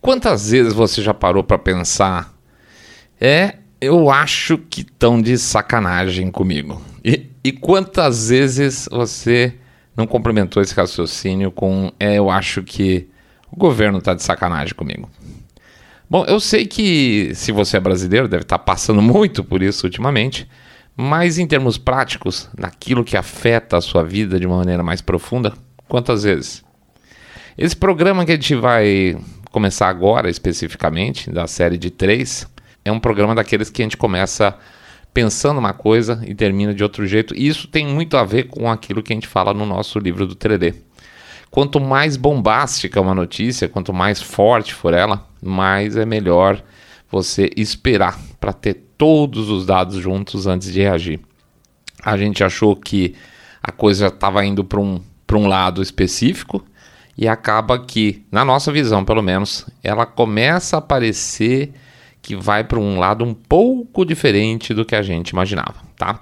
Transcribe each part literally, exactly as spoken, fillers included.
Quantas vezes você já parou para pensar, é, eu acho que estão de sacanagem comigo? E, e quantas vezes você não complementou esse raciocínio com, é, eu acho que o governo está de sacanagem comigo? Bom, eu sei que se você é brasileiro, deve estar passando muito por isso ultimamente, mas em termos práticos, naquilo que afeta a sua vida de uma maneira mais profunda, quantas vezes? Esse programa que a gente vai começar agora, especificamente, da série de três, é um programa daqueles que a gente começa pensando uma coisa e termina de outro jeito, e isso tem muito a ver com aquilo que a gente fala no nosso livro do Trelê. Quanto mais bombástica uma notícia, quanto mais forte for ela, mais é melhor você esperar para ter todos os dados juntos antes de reagir. A gente achou que a coisa estava indo para um, para um lado específico e acaba que, na nossa visão pelo menos, ela começa a parecer que vai para um lado um pouco diferente do que a gente imaginava, tá?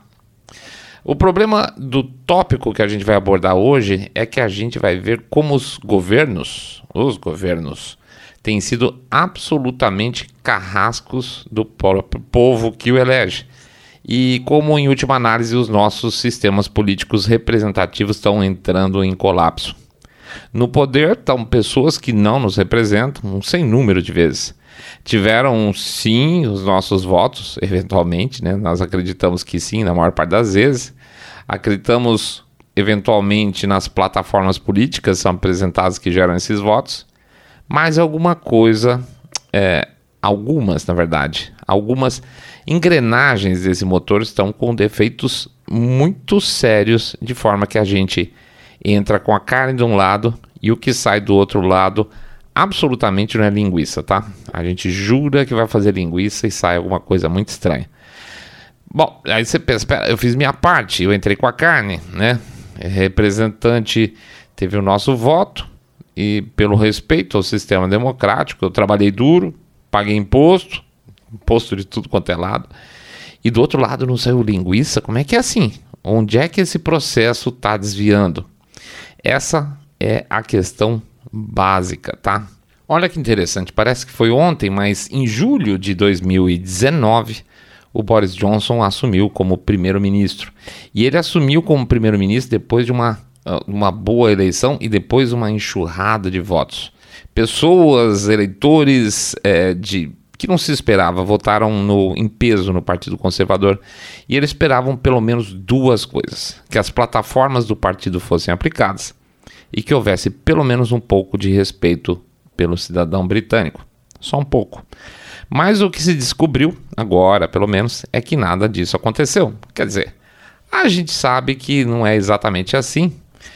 O problema do tópico que a gente vai abordar hoje é que a gente vai ver como os governos, os governos, têm sido absolutamente carrascos do próprio povo que o elege. E como, em última análise, os nossos sistemas políticos representativos estão entrando em colapso. No poder estão pessoas que não nos representam um sem número de vezes. Tiveram, sim, os nossos votos, eventualmente, né? Nós acreditamos que sim, na maior parte das vezes. Acreditamos, eventualmente, nas plataformas políticas que são apresentadas que geram esses votos. Mas alguma coisa, é, algumas, na verdade, algumas engrenagens desse motor estão com defeitos muito sérios, de forma que a gente entra com a carne de um lado e o que sai do outro lado absolutamente não é linguiça, tá? A gente jura que vai fazer linguiça e sai alguma coisa muito estranha. Bom, aí você pensa, espera, eu fiz minha parte, eu entrei com a carne, né? Representante teve o nosso voto e pelo respeito ao sistema democrático, eu trabalhei duro, paguei imposto, imposto de tudo quanto é lado, e do outro lado não saiu linguiça. Como é que é assim? Onde é que esse processo está desviando? Essa é a questão básica, tá? Olha que interessante, parece que foi ontem, mas em julho de dois mil e dezenove, o Boris Johnson assumiu como primeiro-ministro. E ele assumiu como primeiro-ministro depois de uma, uma boa eleição e depois uma enxurrada de votos. Pessoas, eleitores é, de, que não se esperava, votaram no, em peso no Partido Conservador e eles esperavam pelo menos duas coisas: que as plataformas do partido fossem aplicadas e que houvesse pelo menos um pouco de respeito pelo cidadão britânico. Só um pouco. Mas o que se descobriu, agora pelo menos, é que nada disso aconteceu. Quer dizer, a gente sabe que não é exatamente assim,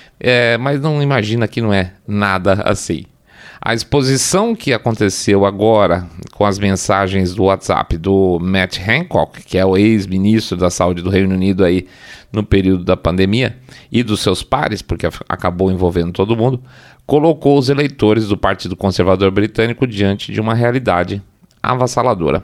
é, mas não imagina que não é nada assim. A exposição que aconteceu agora com as mensagens do WhatsApp do Matt Hancock, que é o ex-ministro da Saúde do Reino Unido aí no período da pandemia, e dos seus pares, porque acabou envolvendo todo mundo, colocou os eleitores do Partido Conservador Britânico diante de uma realidade avassaladora.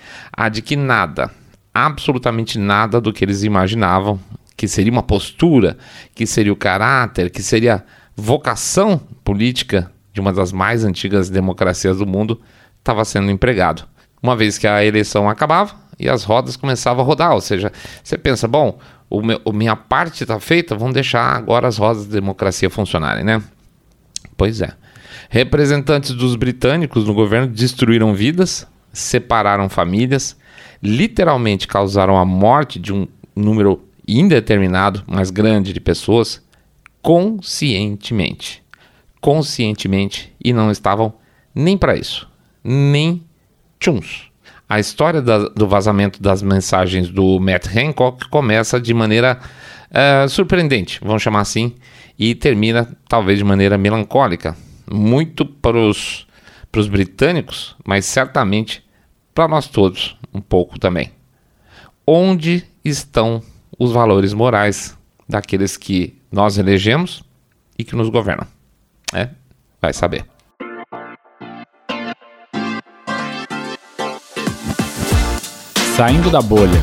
A de que nada, absolutamente nada do que eles imaginavam, que seria uma postura, que seria o caráter, que seria vocação política de uma das mais antigas democracias do mundo, estava sendo empregado. Uma vez que a eleição acabava e as rodas começavam a rodar, ou seja, você pensa, bom, o meu, a minha parte está feita, vamos deixar agora as rodas da democracia funcionarem, né? Pois é. Representantes dos britânicos no governo destruíram vidas, separaram famílias, literalmente causaram a morte de um número indeterminado, mas grande, de pessoas, conscientemente. Conscientemente, e não estavam nem para isso, nem tchuns. A história da, do vazamento das mensagens do Matt Hancock começa de maneira uh, surpreendente, vamos chamar assim, e termina talvez de maneira melancólica, muito para os britânicos, mas certamente para nós todos, um pouco também. Onde estão os valores morais daqueles que nós elegemos e que nos governam? É, vai saber. Saindo da bolha.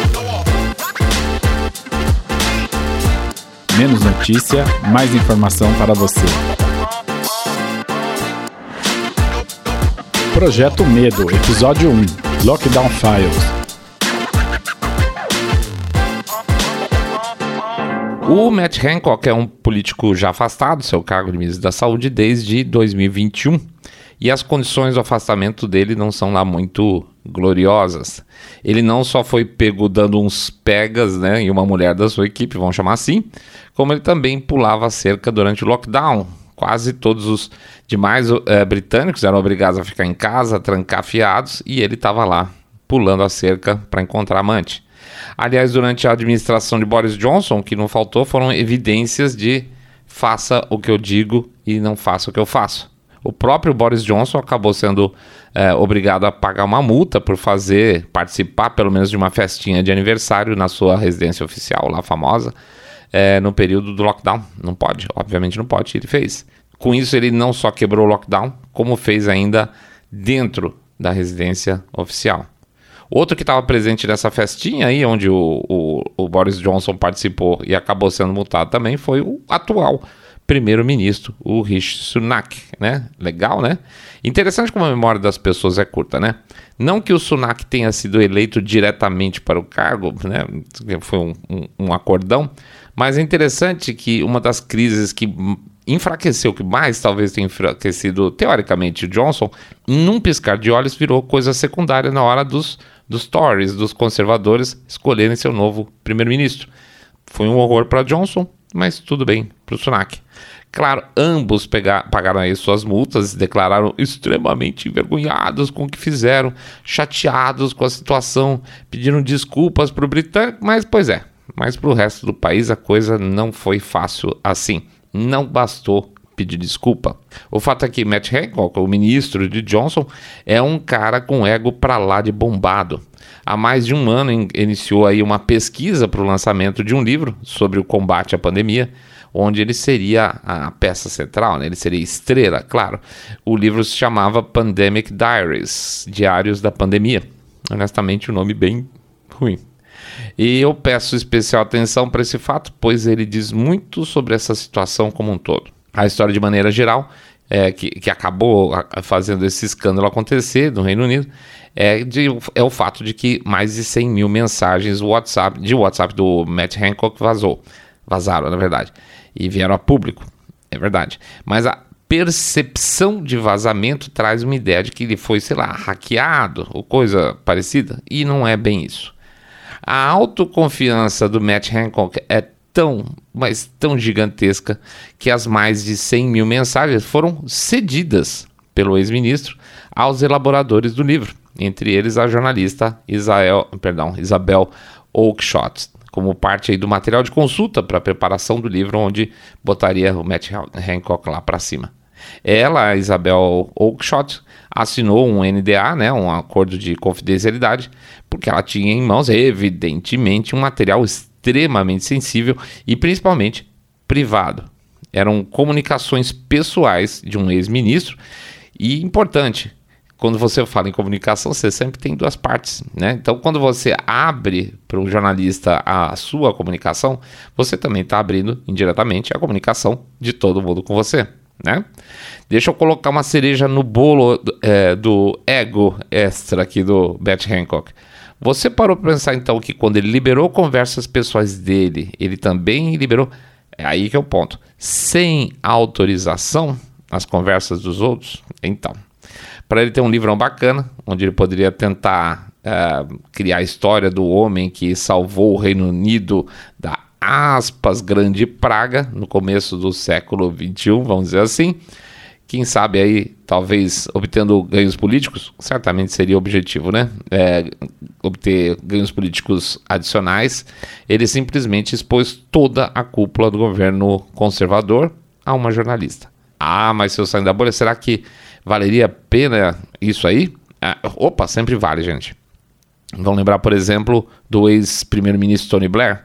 Menos notícia, mais informação para você. Projeto Medo, Episódio um, Lockdown Files. O Matt Hancock é um político já afastado do seu cargo de ministro da Saúde desde dois mil e vinte e um. E as condições do afastamento dele não são lá muito gloriosas. Ele não só foi pego dando uns pegas, né, em uma mulher da sua equipe, vamos chamar assim, como ele também pulava a cerca durante o lockdown. Quase todos os demais é, britânicos eram obrigados a ficar em casa, trancafiados, e ele estava lá pulando a cerca para encontrar amante. Aliás, durante a administração de Boris Johnson, o que não faltou foram evidências de faça o que eu digo e não faça o que eu faço. O próprio Boris Johnson acabou sendo é, obrigado a pagar uma multa por fazer, participar pelo menos de uma festinha de aniversário na sua residência oficial, lá famosa, é, no período do lockdown. Não pode, obviamente não pode, ele fez. Com isso ele não só quebrou o lockdown, como fez ainda dentro da residência oficial. Outro que estava presente nessa festinha aí, onde o, o, o Boris Johnson participou e acabou sendo multado também, foi o atual primeiro-ministro, o Rishi Sunak, né? Legal, né? Interessante como a memória das pessoas é curta, né? Não que o Sunak tenha sido eleito diretamente para o cargo, né? Foi um, um, um acordão, mas é interessante que uma das crises que enfraqueceu, que mais talvez tenha enfraquecido teoricamente o Johnson, num piscar de olhos virou coisa secundária na hora dos, dos Tories, dos conservadores, escolherem seu novo primeiro-ministro. Foi um horror para Johnson, mas tudo bem para o Sunak. Claro, ambos pegar, pagaram aí suas multas e declararam extremamente envergonhados com o que fizeram, chateados com a situação, pediram desculpas para o britânico, mas pois é, mas para o resto do país a coisa não foi fácil assim. Não bastou pedir desculpa. O fato é que Matt Hancock, o ministro de Johnson, é um cara com ego para lá de bombado. Há mais de um ano in- iniciou aí uma pesquisa para o lançamento de um livro sobre o combate à pandemia, onde ele seria a peça central, né? Ele seria estrela, claro. O livro se chamava Pandemic Diaries, Diários da Pandemia. Honestamente, um nome bem ruim. E eu peço especial atenção para esse fato, pois ele diz muito sobre essa situação como um todo. A história, de maneira geral, é, que, que acabou fazendo esse escândalo acontecer no Reino Unido, é, de, é o fato de que mais de cem mil mensagens WhatsApp, de WhatsApp do Matt Hancock vazou. Vazaram, na verdade, e vieram a público, é verdade. Mas a percepção de vazamento traz uma ideia de que ele foi, sei lá, hackeado ou coisa parecida, e não é bem isso. A autoconfiança do Matt Hancock é tão, mas tão gigantesca que as mais de cem mil mensagens foram cedidas pelo ex-ministro aos elaboradores do livro, entre eles a jornalista Isael, perdão, Isabel Oakeshott, como parte aí do material de consulta para a preparação do livro, onde botaria o Matt Hancock lá para cima. Ela, a Isabel Oakeshott, assinou um N D A, né, um acordo de confidencialidade, porque ela tinha em mãos, evidentemente, um material extremamente sensível e principalmente privado. Eram comunicações pessoais de um ex-ministro e, importante, quando você fala em comunicação, você sempre tem duas partes, né? Então, quando você abre para um jornalista a sua comunicação, você também está abrindo indiretamente a comunicação de todo mundo com você, né? Deixa eu colocar uma cereja no bolo é, do ego extra aqui do Matt Hancock. Você parou para pensar então que quando ele liberou conversas pessoais dele, ele também liberou, é aí que é o ponto, sem autorização as conversas dos outros? Então, para ele ter um livrão bacana, onde ele poderia tentar é, criar a história do homem que salvou o Reino Unido da aspas grande praga no começo do século vinte e um, vamos dizer assim. Quem sabe aí, talvez obtendo ganhos políticos, certamente seria o objetivo, né? É, obter ganhos políticos adicionais. Ele simplesmente expôs toda a cúpula do governo conservador a uma jornalista. Ah, mas se eu sair da bolha, será que valeria a pena isso aí? Ah, opa, sempre vale, gente. Vamos lembrar, por exemplo, do ex-primeiro-ministro Tony Blair.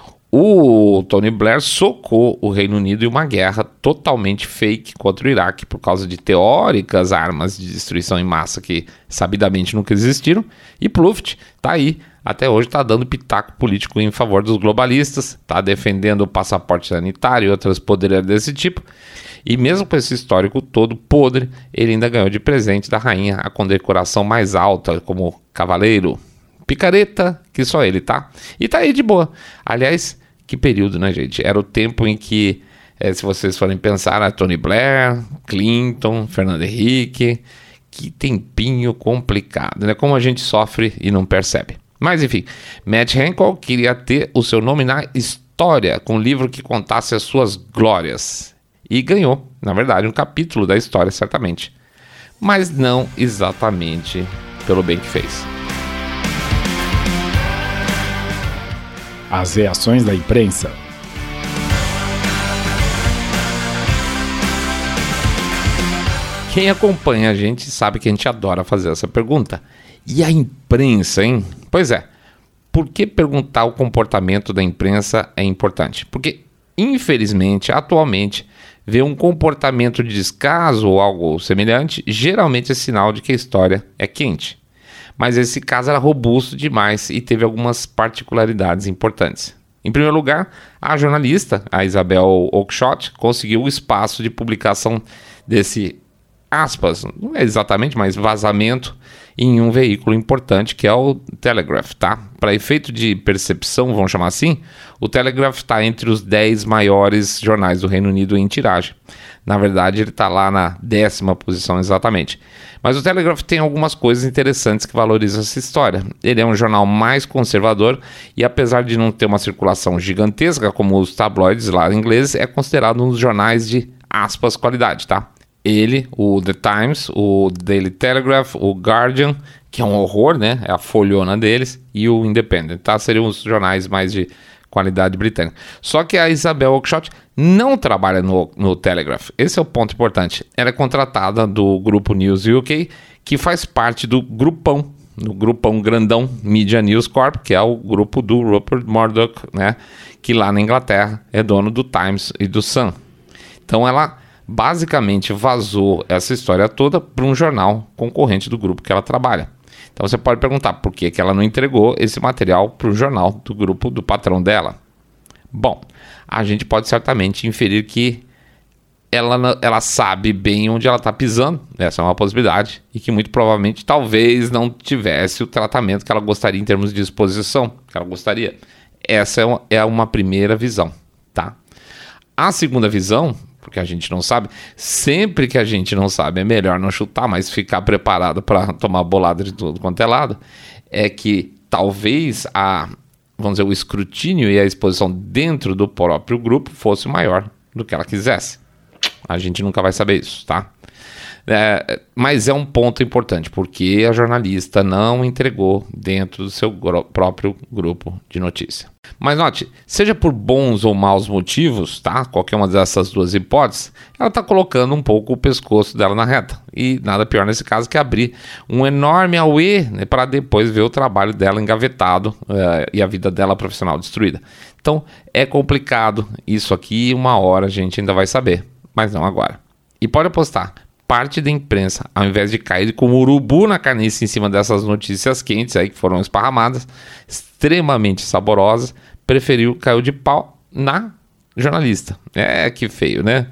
O Tony Blair socou o Reino Unido em uma guerra totalmente fake contra o Iraque por causa de teóricas armas de destruição em massa que sabidamente nunca existiram. E Pluft está aí até hoje está dando pitaco político em favor dos globalistas, está defendendo o passaporte sanitário e outras poderias desse tipo. E mesmo com esse histórico todo podre, ele ainda ganhou de presente da rainha a condecoração mais alta como cavaleiro. Picareta, que só ele, tá? E tá aí de boa. Aliás, que período, né, gente? Era o tempo em que, é, se vocês forem pensar, a Tony Blair, Clinton, Fernando Henrique, que tempinho complicado, né? Como a gente sofre e não percebe. Mas enfim, Matt Hancock queria ter o seu nome na história, com um livro que contasse as suas glórias. E ganhou, na verdade, um capítulo da história, certamente. Mas não exatamente pelo bem que fez. As reações da imprensa. Quem acompanha a gente sabe que a gente adora fazer essa pergunta. E a imprensa, hein? Pois é, por que perguntar o comportamento da imprensa é importante? Porque, infelizmente, atualmente, ver um comportamento de descaso ou algo semelhante, geralmente é sinal de que a história é quente. Mas esse caso era robusto demais e teve algumas particularidades importantes. Em primeiro lugar, a jornalista, a Isabel Oakeshott, conseguiu o espaço de publicação desse, aspas, não é exatamente, mas vazamento em um veículo importante que é o Telegraph, tá? Para efeito de percepção, vamos chamar assim, o Telegraph está entre os dez maiores jornais do Reino Unido em tiragem. Na verdade, ele está lá na décima posição exatamente. Mas o Telegraph tem algumas coisas interessantes que valorizam essa história. Ele é um jornal mais conservador e, apesar de não ter uma circulação gigantesca como os tabloides lá ingleses, é considerado um dos jornais de, aspas, qualidade, tá? Ele, o The Times, o Daily Telegraph, o Guardian, que é um horror, né? É a folhona deles, e o Independent, tá? Seriam os jornais mais de qualidade britânica. Só que a Isabel Oakeshott não trabalha no, no Telegraph. Esse é o ponto importante. Ela é contratada do grupo News U K, que faz parte do grupão, do grupão grandão Media News Corp, que é o grupo do Rupert Murdoch, né? Que lá na Inglaterra é dono do Times e do Sun. Então ela basicamente vazou essa história toda para um jornal concorrente do grupo que ela trabalha. Então você pode perguntar por que, que ela não entregou esse material para o jornal do grupo do patrão dela. Bom, a gente pode certamente inferir que ela, ela sabe bem onde ela está pisando, essa é uma possibilidade, e que muito provavelmente talvez não tivesse o tratamento que ela gostaria em termos de exposição, que ela gostaria. Essa é uma, é uma primeira visão, tá? A segunda visão, porque a gente não sabe, sempre que a gente não sabe é melhor não chutar, mas ficar preparado para tomar bolada de tudo quanto é lado, é que talvez a, vamos dizer, o escrutínio e a exposição dentro do próprio grupo fosse maior do que ela quisesse. A gente nunca vai saber isso, tá? É, mas é um ponto importante, porque a jornalista não entregou dentro do seu gro- próprio grupo de notícia. Mas note, seja por bons ou maus motivos, tá? Qualquer uma dessas duas hipóteses, ela está colocando um pouco o pescoço dela na reta. E nada pior nesse caso que abrir um enorme auê, né, para depois ver o trabalho dela engavetado uh, e a vida dela profissional destruída. Então é complicado isso aqui, uma hora a gente ainda vai saber, mas não agora. E pode apostar, parte da imprensa, ao invés de cair como urubu na carniça em cima dessas notícias quentes aí que foram esparramadas, extremamente saborosas, preferiu cair de pau na jornalista. É, que feio, né?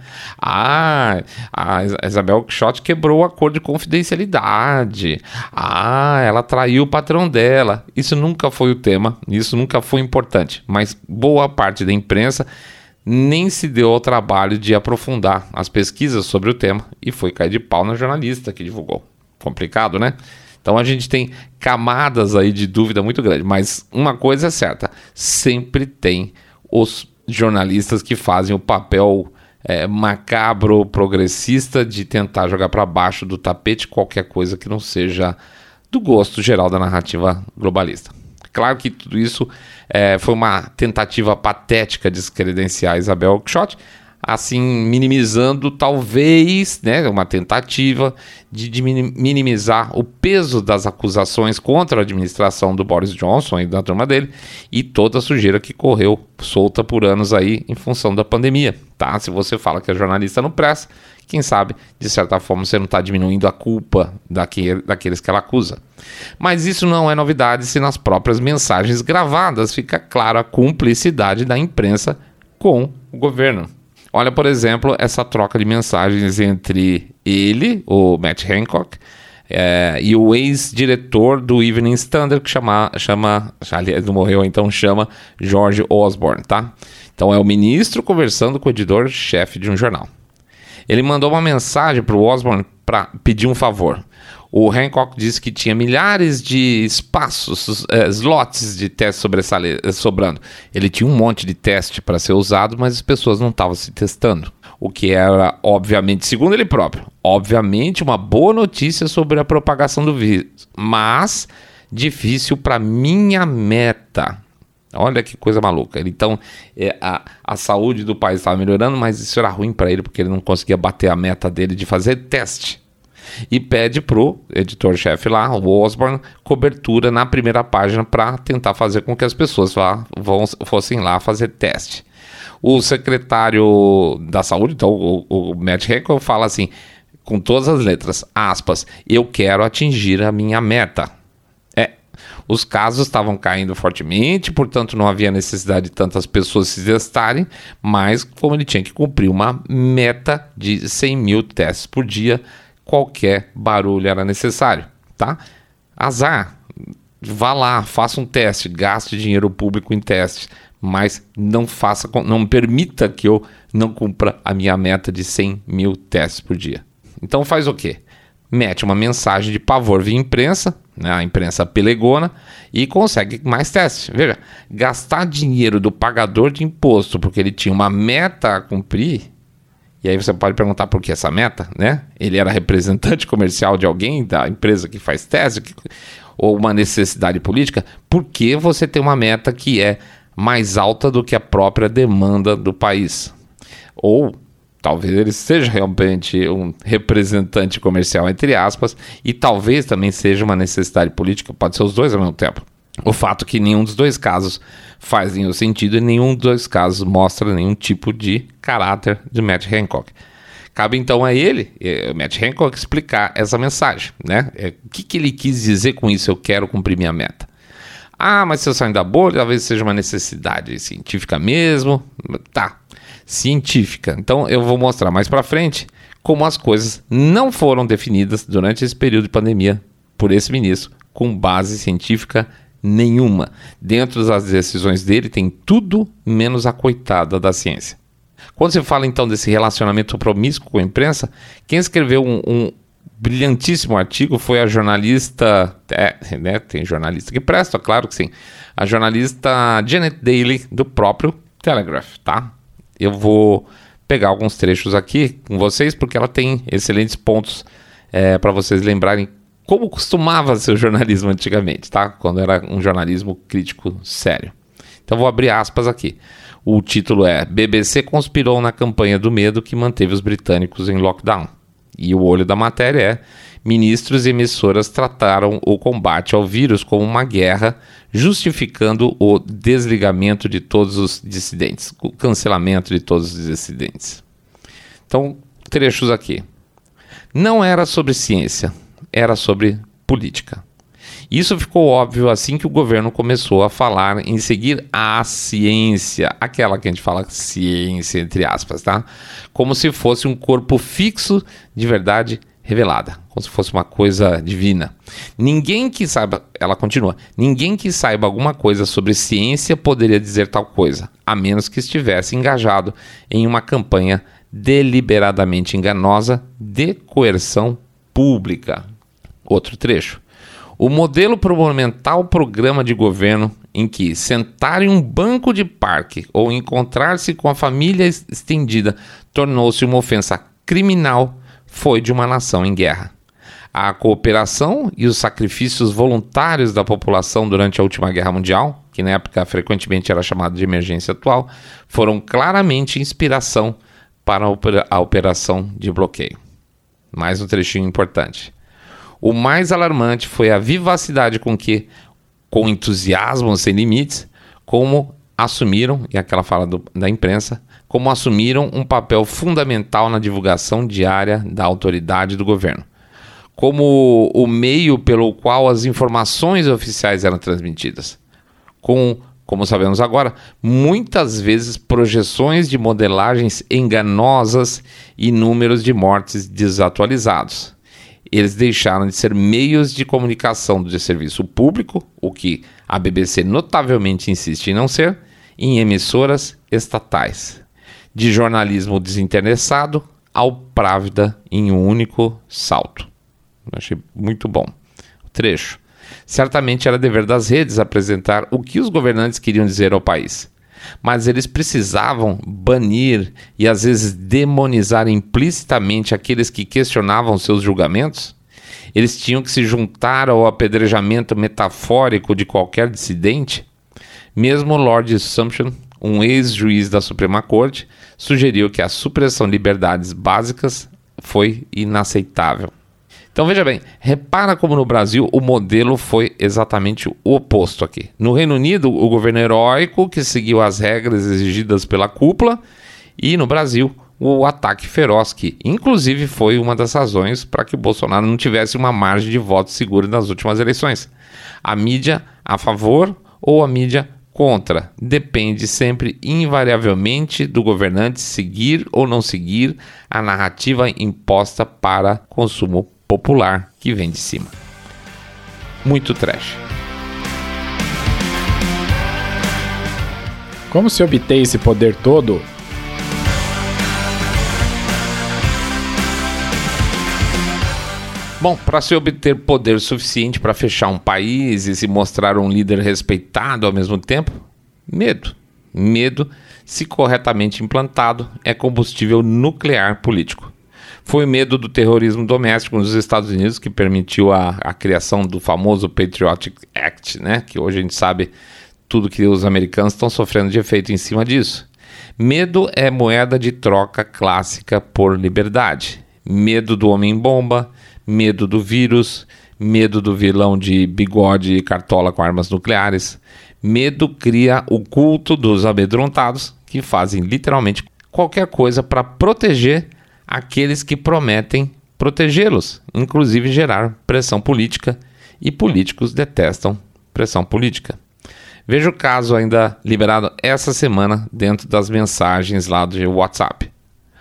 Ah, a Isabel Oakeshott quebrou o acordo de confidencialidade. Ah, ela traiu o patrão dela. Isso nunca foi o tema, isso nunca foi importante, mas boa parte da imprensa nem se deu ao trabalho de aprofundar as pesquisas sobre o tema e foi cair de pau na jornalista que divulgou. Complicado, né? Então a gente tem camadas aí de dúvida muito grande, mas uma coisa é certa, sempre tem os jornalistas que fazem o papel é, macabro, progressista de tentar jogar para baixo do tapete qualquer coisa que não seja do gosto geral da narrativa globalista. Claro que tudo isso é, foi uma tentativa patética de descredenciar a Isabel Oakeshott. assim minimizando talvez, né, uma tentativa de, de minimizar o peso das acusações contra a administração do Boris Johnson e da turma dele e toda a sujeira que correu solta por anos aí em função da pandemia, tá? Se você fala que é jornalista não presta, quem sabe, de certa forma, você não está diminuindo a culpa daquele, daqueles que ela acusa. Mas isso não é novidade se nas próprias mensagens gravadas fica clara a cumplicidade da imprensa com o governo. Olha, por exemplo, essa troca de mensagens entre ele, o Matt Hancock, é, e o ex-diretor do Evening Standard, que chama, chama, aliás, não morreu, então chama George Osborne, tá? Então é o ministro conversando com o editor-chefe de um jornal. Ele mandou uma mensagem para o Osborne para pedir um favor. O Hancock disse que tinha milhares de espaços, é, slots de teste sobrando. Ele tinha um monte de teste para ser usado, mas as pessoas não estavam se testando. O que era, obviamente, segundo ele próprio, obviamente uma boa notícia sobre a propagação do vírus, mas difícil para minha meta. Olha que coisa maluca. Então, é, a, a saúde do país estava melhorando, mas isso era ruim para ele, porque ele não conseguia bater a meta dele de fazer teste. E pede pro editor-chefe lá, o Osborne, cobertura na primeira página para tentar fazer com que as pessoas lá vão, fossem lá fazer teste. O secretário da saúde, então o, o Matt Hancock, fala assim, com todas as letras, aspas, eu quero atingir a minha meta. É, os casos estavam caindo fortemente, portanto não havia necessidade de tantas pessoas se testarem, mas como ele tinha que cumprir uma meta de cem mil testes por dia, qualquer barulho era necessário, tá? Azar, vá lá, faça um teste, gaste dinheiro público em teste, mas não faça, não permita que eu não cumpra a minha meta de cem mil testes por dia. Então faz o quê? Mete uma mensagem de pavor via imprensa, né, a imprensa pelegona, e consegue mais testes. Veja, gastar dinheiro do pagador de imposto porque ele tinha uma meta a cumprir. E aí você pode perguntar por que essa meta, né? Ele era representante comercial de alguém, da empresa que faz teste, que, ou uma necessidade política? Por que você tem uma meta que é mais alta do que a própria demanda do país? Ou talvez ele seja realmente um representante comercial, entre aspas, e talvez também seja uma necessidade política, pode ser os dois ao mesmo tempo. O fato é que nenhum dos dois casos faz nenhum sentido e nenhum dos dois casos mostra nenhum tipo de caráter de Matt Hancock. Cabe então a ele, Matt Hancock, explicar essa mensagem, né? O que, que ele quis dizer com isso, eu quero cumprir minha meta? Ah, mas se eu sair da bolha, talvez seja uma necessidade científica mesmo. Tá, científica. Então eu vou mostrar mais pra frente como as coisas não foram definidas durante esse período de pandemia por esse ministro com base científica nenhuma. Dentro das decisões dele tem tudo menos a coitada da ciência. Quando se fala então desse relacionamento promíscuo com a imprensa, quem escreveu um, um brilhantíssimo artigo foi a jornalista, é, né, tem jornalista que presta, claro que sim, a jornalista Janet Daly do próprio Telegraph, tá? Eu vou pegar alguns trechos aqui com vocês porque ela tem excelentes pontos é, para vocês lembrarem como costumava ser o jornalismo antigamente, tá? Quando era um jornalismo crítico sério. Então vou abrir aspas aqui. O título é B B C conspirou na campanha do medo que manteve os britânicos em lockdown. E o olho da matéria é: ministros e emissoras trataram o combate ao vírus como uma guerra, justificando o desligamento de todos os dissidentes, o cancelamento de todos os dissidentes. Então, trechos aqui. Não era sobre ciência, era sobre política. Isso ficou óbvio assim que o governo começou a falar em seguir a ciência, aquela que a gente fala ciência entre aspas, tá? Como se fosse um corpo fixo de verdade revelada, como se fosse uma coisa divina. Ninguém que saiba, ela continua, ninguém que saiba alguma coisa sobre ciência poderia dizer tal coisa, a menos que estivesse engajado em uma campanha deliberadamente enganosa de coerção pública. Outro trecho. O modelo monumental programa de governo em que sentar em um banco de parque ou encontrar-se com a família estendida tornou-se uma ofensa criminal foi de uma nação em guerra. A cooperação e os sacrifícios voluntários da população durante a última guerra mundial, que na época frequentemente era chamada de emergência atual, foram claramente inspiração para a operação de bloqueio. Mais um trechinho importante. O mais alarmante foi a vivacidade com que, com entusiasmo sem limites, como assumiram, e aquela fala do, da imprensa, como assumiram um papel fundamental na divulgação diária da autoridade do governo, como o meio pelo qual as informações oficiais eram transmitidas, com, como sabemos agora, muitas vezes projeções de modelagens enganosas e números de mortes desatualizados. Eles deixaram de ser meios de comunicação de serviço público, o que a B B C notavelmente insiste em não ser, em emissoras estatais. De jornalismo desinteressado ao Právida em um único salto. Eu achei muito bom o trecho. Certamente era dever das redes apresentar o que os governantes queriam dizer ao país. Mas eles precisavam banir e às vezes demonizar implicitamente aqueles que questionavam seus julgamentos? Eles tinham que se juntar ao apedrejamento metafórico de qualquer dissidente? Mesmo Lord Sumption, um ex-juiz da Suprema Corte, sugeriu que a supressão de liberdades básicas foi inaceitável. Então veja bem, repara como no Brasil o modelo foi exatamente o oposto aqui. No Reino Unido, o governo heróico que seguiu as regras exigidas pela cúpula, e no Brasil, o ataque feroz, que inclusive foi uma das razões para que o Bolsonaro não tivesse uma margem de voto segura nas últimas eleições. A mídia a favor ou a mídia contra depende sempre invariavelmente do governante seguir ou não seguir a narrativa imposta para consumo popular que vem de cima. Muito trash. Como se obtém esse poder todo? Bom, para se obter poder suficiente para fechar um país e se mostrar um líder respeitado ao mesmo tempo, medo. Medo, se corretamente implantado, é combustível nuclear político. Foi o medo do terrorismo doméstico nos Estados Unidos que permitiu a, a criação do famoso Patriot Act, né? Que hoje a gente sabe tudo que os americanos estão sofrendo de efeito em cima disso. Medo é moeda de troca clássica por liberdade. Medo do homem-bomba, medo do vírus, medo do vilão de bigode e cartola com armas nucleares. Medo cria o culto dos amedrontados, que fazem literalmente qualquer coisa para proteger aqueles que prometem protegê-los, inclusive gerar pressão política, e políticos detestam pressão política. Veja o caso ainda liberado essa semana dentro das mensagens lá do WhatsApp.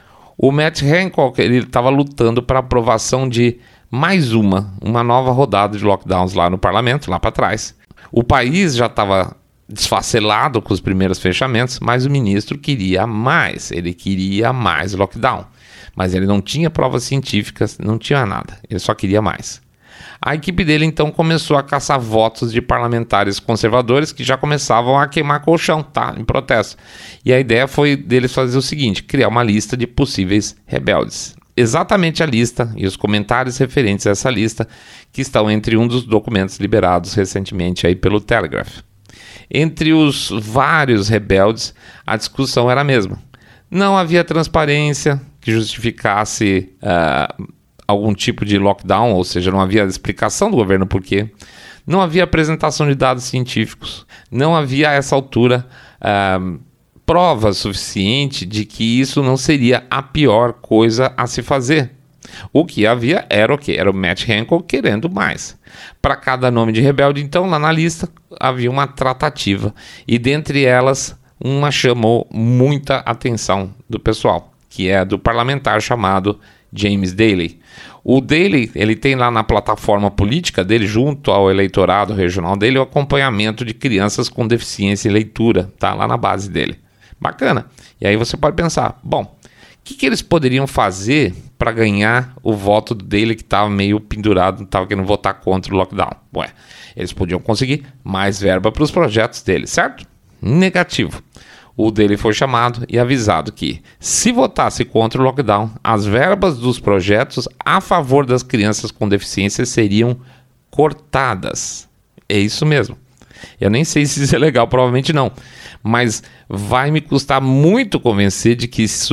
O Matt Hancock estava lutando para a aprovação de mais uma, uma nova rodada de lockdowns lá no parlamento, lá para trás. O país já estava desfacelado com os primeiros fechamentos, mas o ministro queria mais, ele queria mais lockdown. Mas ele não tinha provas científicas, não tinha nada, ele só queria mais. A equipe dele então começou a caçar votos de parlamentares conservadores que já começavam a queimar colchão, tá? Em protesto. E a ideia foi deles fazer o seguinte, criar uma lista de possíveis rebeldes. Exatamente a lista e os comentários referentes a essa lista que estão entre um dos documentos liberados recentemente aí pelo Telegraph. Entre os vários rebeldes, a discussão era a mesma. Não havia transparência que justificasse uh, algum tipo de lockdown, ou seja, não havia explicação do governo por quê. Não havia apresentação de dados científicos. Não havia, a essa altura, uh, prova suficiente de que isso não seria a pior coisa a se fazer. O que havia era o quê? Era o Matt Hancock querendo mais. Para cada nome de rebelde, então, lá na lista, havia uma tratativa. E dentre elas, uma chamou muita atenção do pessoal, que é do parlamentar chamado James Daley. O Daley, ele tem lá na plataforma política dele, junto ao eleitorado regional dele, o acompanhamento de crianças com deficiência em leitura, tá lá na base dele. Bacana. E aí você pode pensar, bom, o que, que eles poderiam fazer para ganhar o voto do Daley que estava meio pendurado, estava querendo votar contra o lockdown? Ué, eles podiam conseguir mais verba para os projetos dele, certo? Negativo. O Daley foi chamado e avisado que, se votasse contra o lockdown, as verbas dos projetos a favor das crianças com deficiência seriam cortadas. É isso mesmo. Eu nem sei se isso é legal, provavelmente não. Mas vai me custar muito convencer de que isso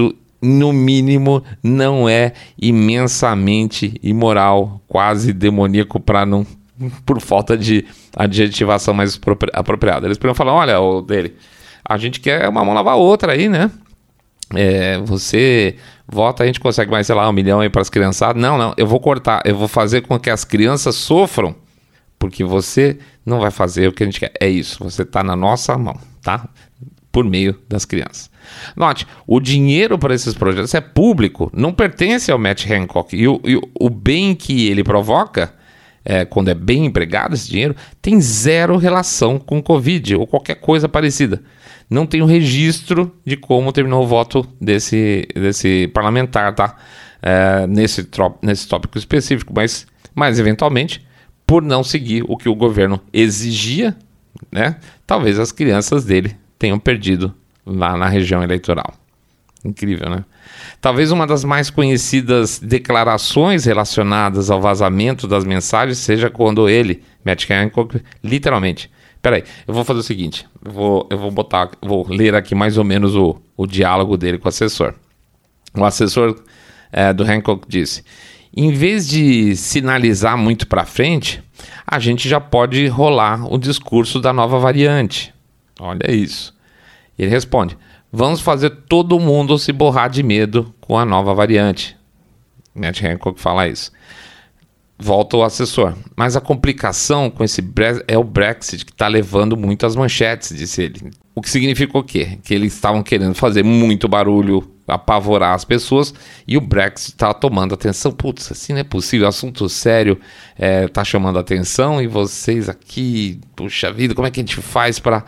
no mínimo, não é imensamente imoral, quase demoníaco, para não, por falta de adjetivação mais apropriada. Eles poderiam falar, olha, o dele, a gente quer uma mão lavar a outra aí, né? É, você vota, a gente consegue mais, sei lá, um milhão aí para as criançadas. Não, não, eu vou cortar, eu vou fazer com que as crianças sofram, porque você não vai fazer o que a gente quer. É isso, você está na nossa mão, tá? Por meio das crianças. Note, o dinheiro para esses projetos é público, não pertence ao Matt Hancock. E o, e o bem que ele provoca, é, quando é bem empregado esse dinheiro, tem zero relação com Covid ou qualquer coisa parecida. Não tem o registro de como terminou o voto desse, desse parlamentar, tá? É, nesse, nesse tópico específico, mas, mas eventualmente, por não seguir o que o governo exigia, né? Talvez as crianças dele tenham perdido lá na região eleitoral. Incrível, né? Talvez uma das mais conhecidas declarações relacionadas ao vazamento das mensagens seja quando ele, Matt Hancock, literalmente... Peraí, eu vou fazer o seguinte, eu vou, eu vou botar, vou ler aqui mais ou menos o, o diálogo dele com o assessor. O assessor é, do Hancock disse, em vez de sinalizar muito para frente, a gente já pode rolar o discurso da nova variante. Olha isso. Ele responde, vamos fazer todo mundo se borrar de medo com a nova variante. Matt Hancock fala isso. Volta o assessor. Mas a complicação com esse bre- é o Brexit que está levando muito às manchetes, disse ele. O que significa o quê? Que eles estavam querendo fazer muito barulho, apavorar as pessoas, e o Brexit está tomando atenção. Putz, assim não é possível, assunto sério está é, chamando atenção, e vocês aqui, puxa vida, como é que a gente faz para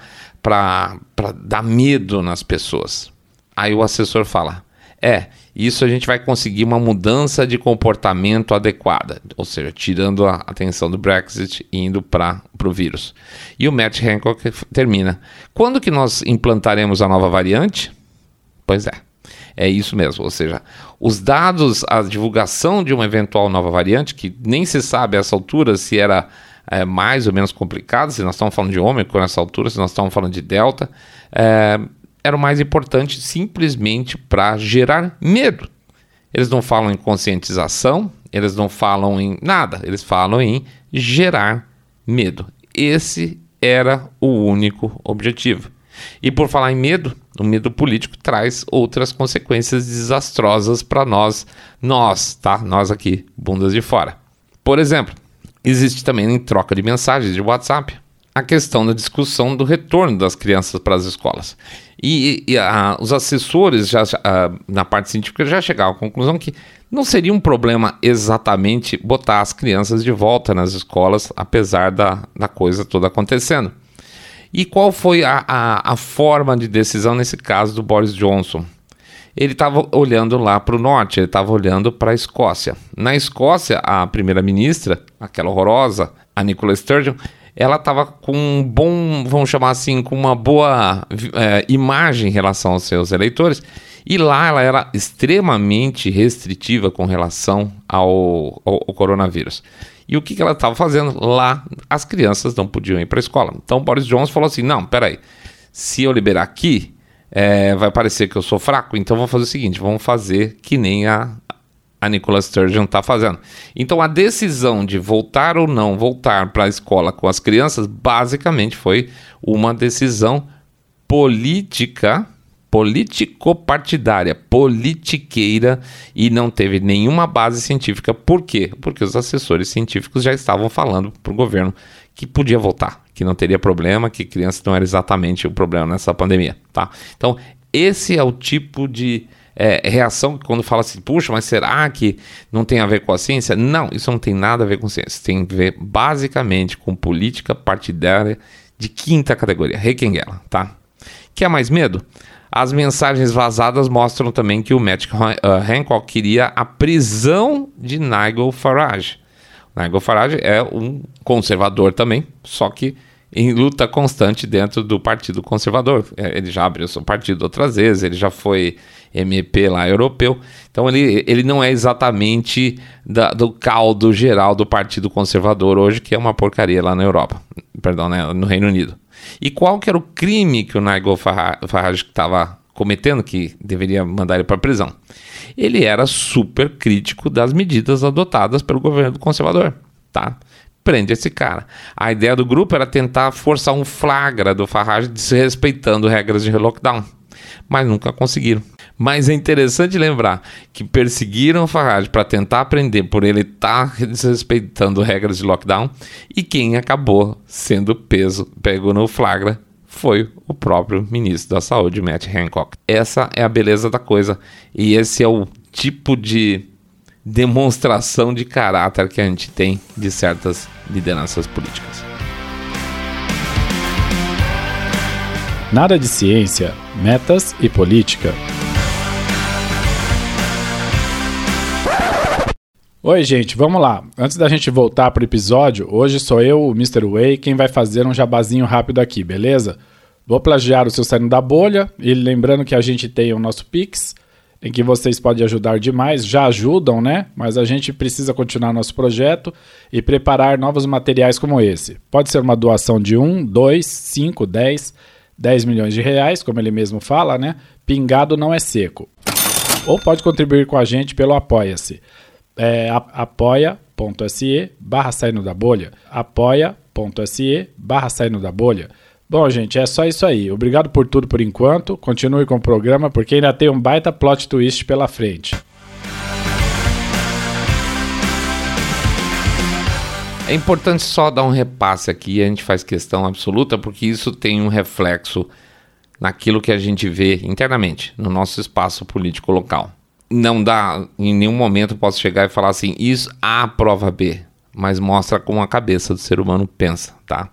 dar medo nas pessoas? Aí o assessor fala, é, isso a gente vai conseguir uma mudança de comportamento adequada, ou seja, tirando a atenção do Brexit e indo para o vírus. E o Matt Hancock termina, quando que nós implantaremos a nova variante? Pois é, é isso mesmo, ou seja, os dados, a divulgação de uma eventual nova variante, que nem se sabe a essa altura se era é, mais ou menos complicado, se nós estamos falando de Ômicron nessa altura, se nós estamos falando de Delta, é, era o mais importante simplesmente para gerar medo. Eles não falam em conscientização, eles não falam em nada, eles falam em gerar medo. Esse era o único objetivo. E por falar em medo, o medo político traz outras consequências desastrosas para nós, nós, tá? Nós aqui, bundas de fora. Por exemplo, existe também em troca de mensagens de WhatsApp a questão da discussão do retorno das crianças para as escolas. E, e a, os assessores, já, a, na parte científica, já chegaram à conclusão que não seria um problema exatamente botar as crianças de volta nas escolas, apesar da, da coisa toda acontecendo. E qual foi a, a, a forma de decisão nesse caso do Boris Johnson? Ele estava olhando lá para o norte, ele estava olhando para a Escócia. Na Escócia, a primeira-ministra, aquela horrorosa, a Nicola Sturgeon, ela estava com um bom, vamos chamar assim, com uma boa é, imagem em relação aos seus eleitores, e lá ela era extremamente restritiva com relação ao, ao, ao coronavírus. E o que, que ela estava fazendo? Lá as crianças não podiam ir para a escola. Então Boris Johnson falou assim, não, peraí, se eu liberar aqui, é, vai parecer que eu sou fraco, então vamos fazer o seguinte, vamos fazer que nem a... a Nicola Sturgeon está fazendo. Então a decisão de voltar ou não voltar para a escola com as crianças basicamente foi uma decisão política, político-partidária, politiqueira, e não teve nenhuma base científica. Por quê? Porque os assessores científicos já estavam falando para o governo que podia voltar, que não teria problema, que crianças não era exatamente o problema nessa pandemia, tá? Então esse é o tipo de É, reação que quando fala assim, puxa, mas será que não tem a ver com a ciência? Não, isso não tem nada a ver com ciência, tem a ver basicamente com política partidária de quinta categoria, requenguela, tá? Quer mais medo? As mensagens vazadas mostram também que o Matt Hancock queria a prisão de Nigel Farage. Nigel Farage é um conservador também, só que em luta constante dentro do Partido Conservador. Ele já abriu seu partido outras vezes, ele já foi M P lá europeu, então ele, ele não é exatamente da, do caldo geral do Partido Conservador hoje, que é uma porcaria lá na Europa, perdão, né, no Reino Unido. E qual que era o crime que o Nigel Farage estava cometendo, que deveria mandar ele para a prisão. Ele era super crítico das medidas adotadas pelo governo conservador, tá? Prende esse cara. A ideia do grupo era tentar forçar um flagra do Farage desrespeitando regras de lockdown, mas nunca conseguiram. Mas é interessante lembrar que perseguiram o Farage para tentar prender por ele estar tá desrespeitando regras de lockdown, e quem acabou sendo peso, pego no flagra foi o próprio ministro da Saúde, Matt Hancock. Essa é a beleza da coisa, e esse é o tipo de demonstração de caráter que a gente tem de certas lideranças políticas. Nada de ciência, metas e política. Oi, gente, vamos lá. Antes da gente voltar para o episódio, hoje sou eu, o mister Way, quem vai fazer um jabazinho rápido aqui, beleza? Vou plagiar o seu Saindo da Bolha, e lembrando que a gente tem o nosso Pix, em que vocês podem ajudar demais, já ajudam, né? Mas a gente precisa continuar nosso projeto e preparar novos materiais como esse. Pode ser uma doação de um, dois, cinco, dez, dez milhões de reais, como ele mesmo fala, né? Pingado não é seco. Ou pode contribuir com a gente pelo Apoia-se. É apoia.se barra saindo da bolha, apoia.se barra saindo da bolha. Bom, gente, é só isso aí. Obrigado por tudo por enquanto. Continue com o programa, porque ainda tem um baita plot twist pela frente. É importante só dar um repasse aqui, a gente faz questão absoluta, porque isso tem um reflexo naquilo que a gente vê internamente, no nosso espaço político local. Não dá, em nenhum momento posso chegar e falar assim, isso A prova B, mas mostra como a cabeça do ser humano pensa, tá?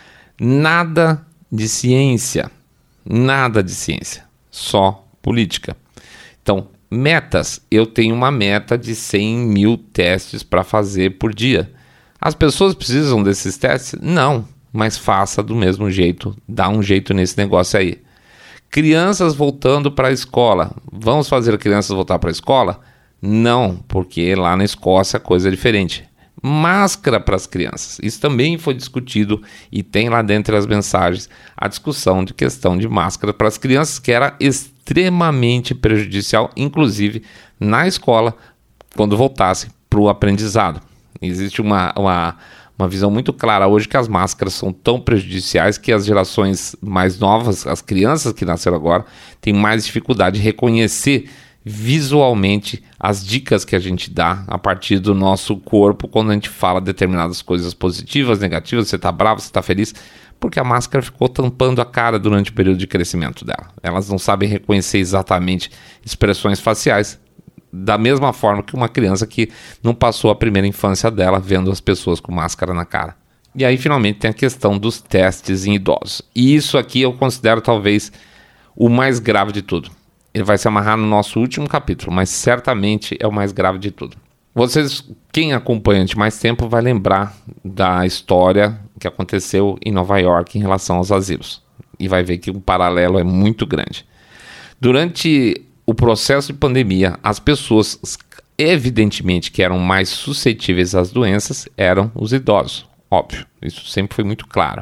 Nada de ciência, nada de ciência, só política. Então, metas, eu tenho uma meta de cem mil testes para fazer por dia. As pessoas precisam desses testes? Não, mas faça do mesmo jeito, dá um jeito nesse negócio aí. Crianças voltando para a escola. Vamos fazer crianças voltar para a escola? Não, porque lá na Escócia a coisa é diferente. Máscara para as crianças. Isso também foi discutido e tem lá dentro das mensagens a discussão de questão de máscara para as crianças, que era extremamente prejudicial, inclusive na escola, quando voltasse para o aprendizado. Existe uma... uma Uma visão muito clara hoje que as máscaras são tão prejudiciais que as gerações mais novas, as crianças que nasceram agora, têm mais dificuldade de reconhecer visualmente as dicas que a gente dá a partir do nosso corpo quando a gente fala determinadas coisas positivas, negativas, você está bravo, você está feliz, porque a máscara ficou tampando a cara durante o período de crescimento dela. Elas não sabem reconhecer exatamente expressões faciais, da mesma forma que uma criança que não passou a primeira infância dela vendo as pessoas com máscara na cara. E aí finalmente tem a questão dos testes em idosos. E isso aqui eu considero talvez o mais grave de tudo. Ele vai se amarrar no nosso último capítulo, mas certamente é o mais grave de tudo. Vocês, quem acompanha de mais tempo, vai lembrar da história que aconteceu em Nova York em relação aos asilos. E vai ver que o paralelo é muito grande. Durante o processo de pandemia, as pessoas, evidentemente, que eram mais suscetíveis às doenças, eram os idosos. Óbvio, isso sempre foi muito claro.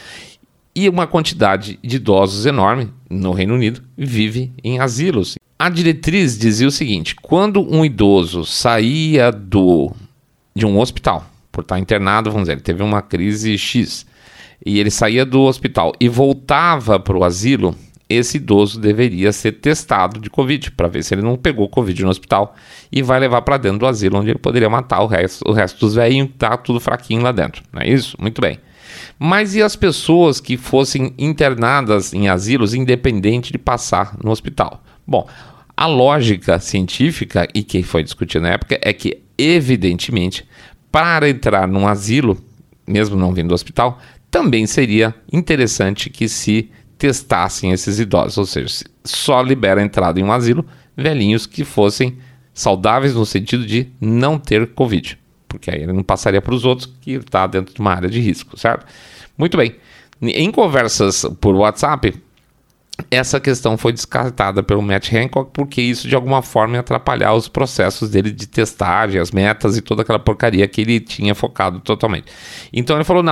E uma quantidade de idosos enorme, no Reino Unido, vive em asilos. A diretriz dizia o seguinte, quando um idoso saía do, de um hospital, por estar internado, vamos dizer, ele teve uma crise X, e ele saía do hospital e voltava para o asilo, esse idoso deveria ser testado de Covid, para ver se ele não pegou Covid no hospital e vai levar para dentro do asilo, onde ele poderia matar o resto, o resto dos velhinhos, que tá tudo fraquinho lá dentro, não é isso? Muito bem. Mas e as pessoas que fossem internadas em asilos, independente de passar no hospital? Bom, a lógica científica, e que foi discutida na época, é que, evidentemente, para entrar num asilo, mesmo não vindo do hospital, também seria interessante que se testassem esses idosos, ou seja, só libera a entrada em um asilo velhinhos que fossem saudáveis no sentido de não ter Covid, porque aí ele não passaria para os outros que está dentro de uma área de risco, certo? Muito bem. Em conversas por WhatsApp, essa questão foi descartada pelo Matt Hancock, porque isso de alguma forma ia atrapalhar os processos dele de testagem, as metas e toda aquela porcaria que ele tinha focado totalmente. Então ele falou, não,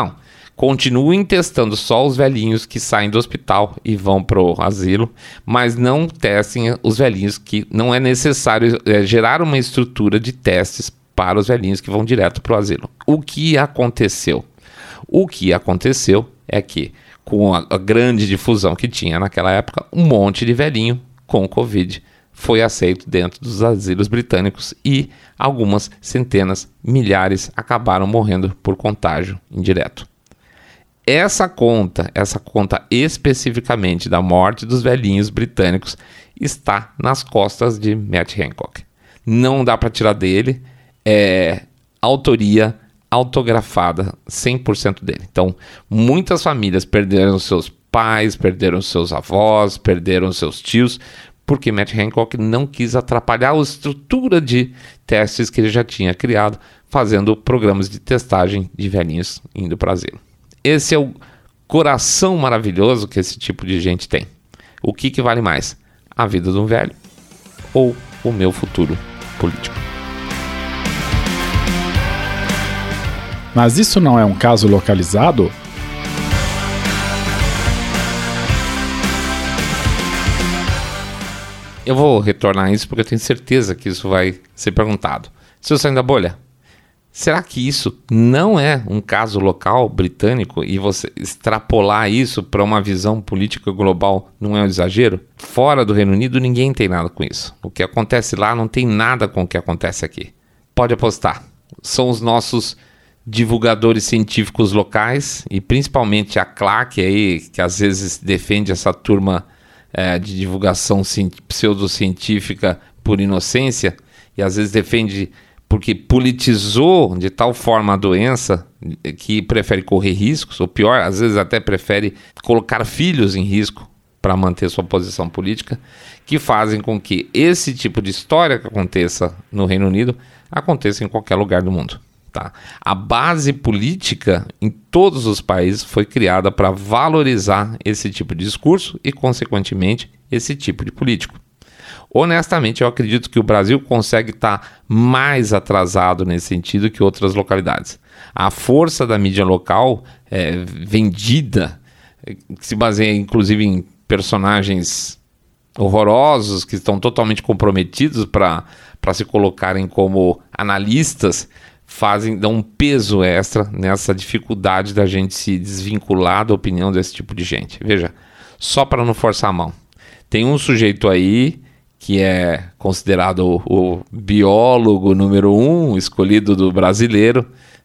continuem testando só os velhinhos que saem do hospital e vão pro asilo, mas não testem os velhinhos que não é necessário é, gerar uma estrutura de testes para os velhinhos que vão direto pro asilo. O que aconteceu? O que aconteceu é que, com a, a grande difusão que tinha naquela época, um monte de velhinho com Covid foi aceito dentro dos asilos britânicos e algumas centenas, milhares acabaram morrendo por contágio indireto. Essa conta, essa conta especificamente da morte dos velhinhos britânicos está nas costas de Matt Hancock. Não dá para tirar dele, é autoria autografada cem por cento dele. Então, muitas famílias perderam seus pais, perderam seus avós, perderam seus tios, porque Matt Hancock não quis atrapalhar a estrutura de testes que ele já tinha criado, fazendo programas de testagem de velhinhos indo para o asilo. Esse é o coração maravilhoso que esse tipo de gente tem. O que, que vale mais? A vida de um velho ou o meu futuro político? Mas isso não é um caso localizado? Eu vou retornar a isso porque eu tenho certeza que isso vai ser perguntado. Seu Saindo da Bolha, será que isso não é um caso local britânico e você extrapolar isso para uma visão política global não é um exagero? Fora do Reino Unido ninguém tem nada com isso. O que acontece lá não tem nada com o que acontece aqui. Pode apostar. São os nossos divulgadores científicos locais e principalmente a claque aí, que às vezes defende essa turma é, de divulgação pseudocientífica por inocência e às vezes defende porque politizou de tal forma a doença que prefere correr riscos, ou pior, às vezes até prefere colocar filhos em risco para manter sua posição política, que fazem com que esse tipo de história que aconteça no Reino Unido aconteça em qualquer lugar do mundo. Tá? A base política em todos os países foi criada para valorizar esse tipo de discurso e, consequentemente, esse tipo de político. Honestamente, eu acredito que o Brasil consegue estar mais atrasado nesse sentido que outras localidades. A força da mídia local é, vendida, que se baseia inclusive em personagens horrorosos que estão totalmente comprometidos para se colocarem como analistas, fazem, dão um peso extra nessa dificuldade da gente se desvincular da opinião desse tipo de gente. Veja, só para não forçar a mão. Tem um sujeito aí que é considerado o, o biólogo número um escolhido do brasileiro,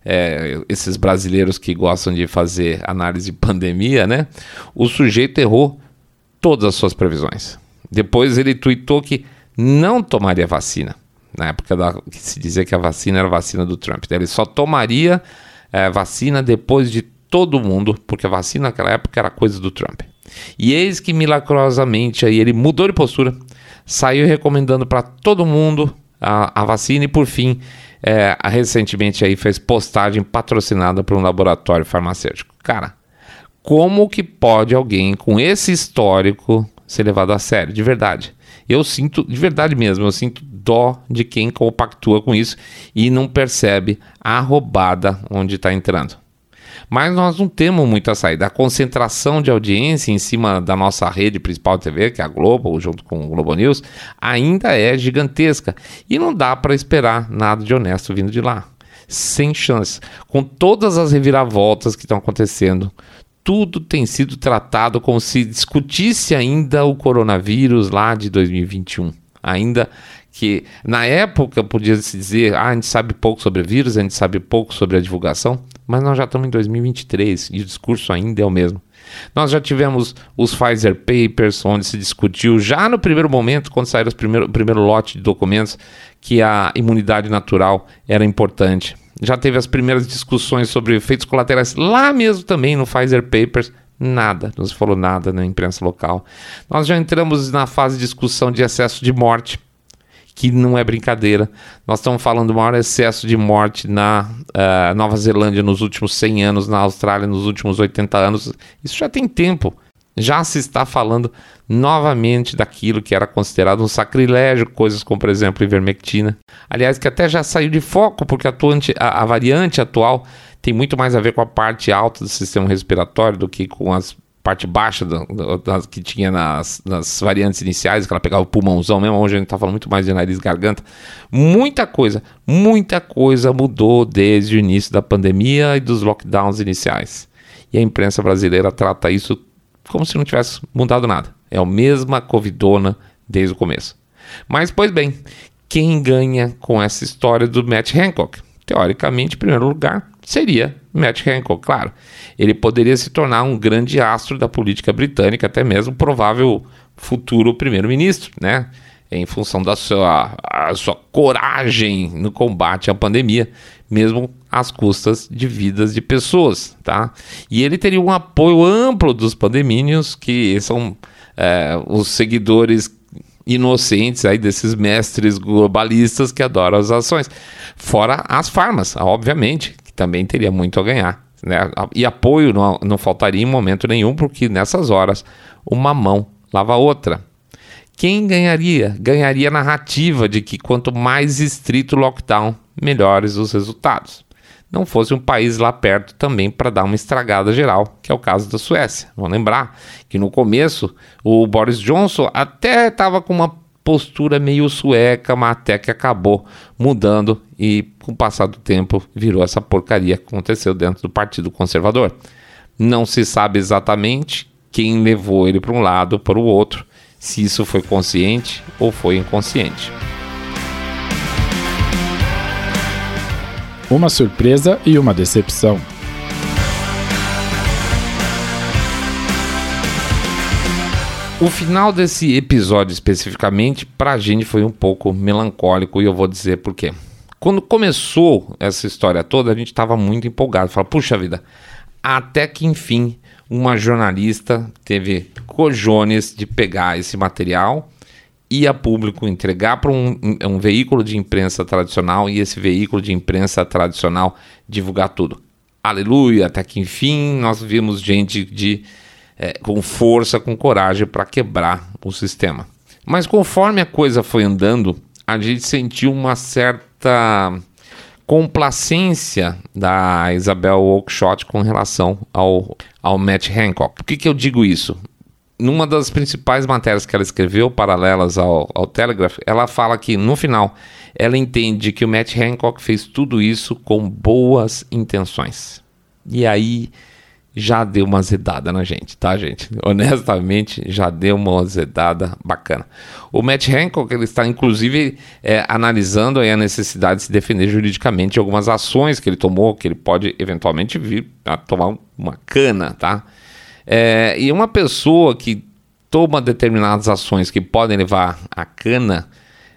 é, esses brasileiros que gostam de fazer análise de pandemia, né? O sujeito errou todas as suas previsões. Depois ele tuitou que não tomaria vacina. Na época da, que se dizia que a vacina era a vacina do Trump. Ele só tomaria é, vacina depois de todo mundo, porque a vacina naquela época era coisa do Trump. E eis que milagrosamente aí ele mudou de postura, saiu recomendando para todo mundo a, a vacina e por fim, é, recentemente aí fez postagem patrocinada por um laboratório farmacêutico. Cara, como que pode alguém com esse histórico ser levado a sério? De verdade. Eu sinto, de verdade mesmo, eu sinto dó de quem compactua com isso e não percebe a roubada onde está entrando. Mas nós não temos muita saída. A concentração de audiência em cima da nossa rede principal de T V, que é a Globo, junto com o Globo News, ainda é gigantesca. E não dá para esperar nada de honesto vindo de lá. Sem chance. Com todas as reviravoltas que estão acontecendo, tudo tem sido tratado como se discutisse ainda o coronavírus lá de dois mil e vinte e um. Ainda que na época podia-se dizer, ah, a gente sabe pouco sobre vírus, a gente sabe pouco sobre a divulgação, mas nós já estamos em dois mil e vinte e três e o discurso ainda é o mesmo. Nós já tivemos os Pfizer Papers, onde se discutiu já no primeiro momento, quando saíram os primeiro, o primeiro lote de documentos, que a imunidade natural era importante. Já teve as primeiras discussões sobre efeitos colaterais lá mesmo também no Pfizer Papers. Nada, não se falou nada na imprensa local. Nós já entramos na fase de discussão de excesso de morte, que não é brincadeira. Nós estamos falando do maior excesso de morte na uh, Nova Zelândia nos últimos cem anos, na Austrália nos últimos oitenta anos. Isso já tem tempo. Já se está falando novamente daquilo que era considerado um sacrilégio, coisas como, por exemplo, ivermectina. Aliás, que até já saiu de foco, porque a, atuante, a, a variante atual tem muito mais a ver com a parte alta do sistema respiratório do que com as parte baixa da, da, da, que tinha nas, nas variantes iniciais, que ela pegava o pulmãozão mesmo. Hoje a gente tá falando muito mais de nariz e garganta. Muita coisa, muita coisa mudou desde o início da pandemia e dos lockdowns iniciais. E a imprensa brasileira trata isso como se não tivesse mudado nada. É a mesma covidona desde o começo. Mas, pois bem, quem ganha com essa história do Matt Hancock? Teoricamente, em primeiro lugar, seria Matt Hancock, claro. Ele poderia se tornar um grande astro da política britânica, até mesmo provável futuro primeiro-ministro, né? Em função da sua, a sua coragem no combate à pandemia, mesmo às custas de vidas de pessoas, tá? E ele teria um apoio amplo dos pandemínios, que são é, os seguidores inocentes aí desses mestres globalistas que adoram as ações. Fora as farmas, obviamente, que também teria muito a ganhar, né? E apoio não, não faltaria em momento nenhum, porque nessas horas uma mão lava a outra. Quem ganharia? Ganharia a narrativa de que quanto mais estrito o lockdown, melhores os resultados. Não fosse um país lá perto também para dar uma estragada geral, que é o caso da Suécia. Vamos lembrar que no começo o Boris Johnson até estava com uma postura meio sueca, mas até que acabou mudando e com o passar do tempo virou essa porcaria que aconteceu dentro do Partido Conservador. Não se sabe exatamente quem levou ele para um lado ou para o outro, se isso foi consciente ou foi inconsciente. Uma surpresa e uma decepção. O final desse episódio especificamente, pra gente, foi um pouco melancólico, e eu vou dizer por quê. Quando começou essa história toda, a gente estava muito empolgado. Falava, puxa vida, até que enfim uma jornalista teve cojones de pegar esse material e a público entregar para um, um veículo de imprensa tradicional, e esse veículo de imprensa tradicional divulgar tudo. Aleluia, até que enfim nós vimos gente de, é, com força, com coragem para quebrar o sistema. Mas conforme a coisa foi andando, a gente sentiu uma certa complacência da Isabel Oakeshott com relação ao, ao Matt Hancock. Por que, que eu digo isso? Numa das principais matérias que ela escreveu, paralelas ao, ao Telegraph, ela fala que, no final, ela entende que o Matt Hancock fez tudo isso com boas intenções. E aí, já deu uma azedada na gente, tá, gente? Honestamente, já deu uma azedada bacana. O Matt Hancock, ele está, inclusive, é, analisando aí a necessidade de se defender juridicamente de algumas ações que ele tomou, que ele pode, eventualmente, vir a tomar uma cana, tá? É, e uma pessoa que toma determinadas ações que podem levar à cana